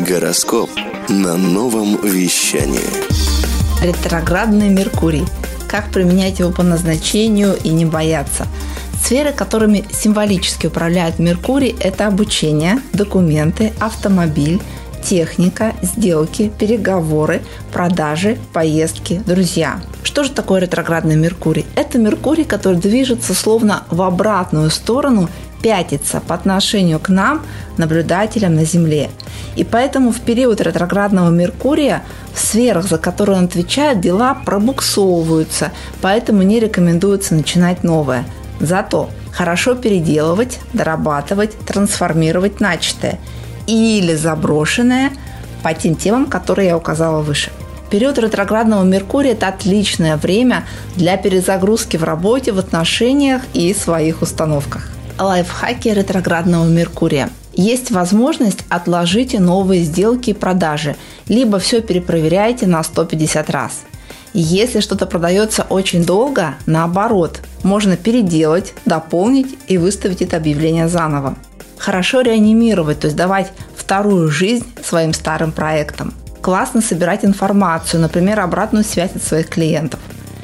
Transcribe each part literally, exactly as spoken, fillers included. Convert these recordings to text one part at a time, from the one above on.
Гороскоп на новом вещании. Ретроградный Меркурий. Как применять его по назначению и не бояться? Сферы, которыми символически управляет Меркурий, это обучение, документы, автомобиль, техника, сделки, переговоры, продажи, поездки, друзья. Что же такое ретроградный Меркурий? Это Меркурий, который движется словно в обратную сторону, пятится по отношению к нам, наблюдателям на Земле. И поэтому в период ретроградного Меркурия в сферах, за которые он отвечает, дела пробуксовываются, поэтому не рекомендуется начинать новое. Зато хорошо переделывать, дорабатывать, трансформировать начатое или заброшенное по тем темам, которые я указала выше. Период ретроградного Меркурия – это отличное время для перезагрузки в работе, в отношениях и своих установках. Лайфхаки ретроградного Меркурия. Есть возможность отложите новые сделки и продажи, либо все перепроверяйте на сто пятьдесят раз. Если что-то продается очень долго, наоборот, можно переделать, дополнить и выставить это объявление заново. Хорошо реанимировать, то есть давать вторую жизнь своим старым проектам. Классно собирать информацию, например, обратную связь от своих клиентов.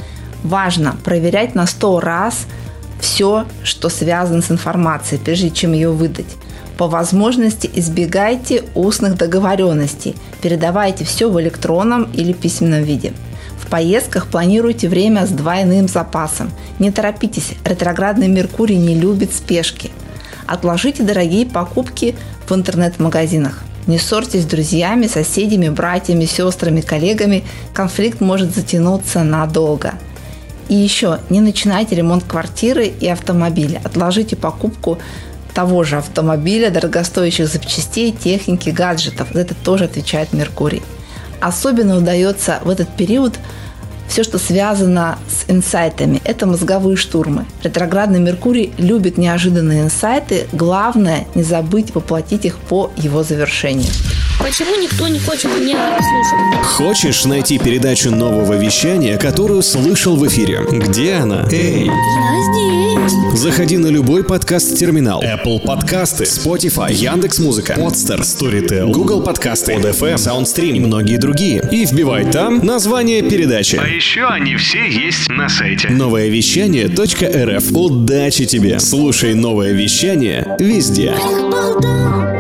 Важно проверять на сто раз все, что связано с информацией, прежде чем ее выдать. По возможности избегайте устных договоренностей, передавайте все в электронном или письменном виде. В поездках планируйте время с двойным запасом. Не торопитесь, ретроградный Меркурий не любит спешки. Отложите дорогие покупки в интернет-магазинах. Не ссорьтесь с друзьями, соседями, братьями, сестрами, коллегами. Конфликт может затянуться надолго. И еще, не начинайте ремонт квартиры и автомобиля. Отложите покупку того же автомобиля, дорогостоящих запчастей, техники, гаджетов. За это тоже отвечает Меркурий. Особенно удается в этот период все, что связано с инсайтами. Это мозговые штурмы. Ретроградный Меркурий любит неожиданные инсайты. Главное, не забыть воплотить их по его завершению. Почему никто не хочет меня слушать? Хочешь найти передачу нового вещания, которую слышал в эфире? Где она? Эй! Я здесь. Заходи на любой подкаст-терминал. Apple подкасты, Spotify, Яндекс.Музыка, Podster, Storytel, Google подкасты, Pod эф эм, Soundstream и многие другие. И вбивай там название передачи. А еще они все есть на сайте. новое вещание точка эр эф. Удачи тебе! Слушай новое вещание везде. Apple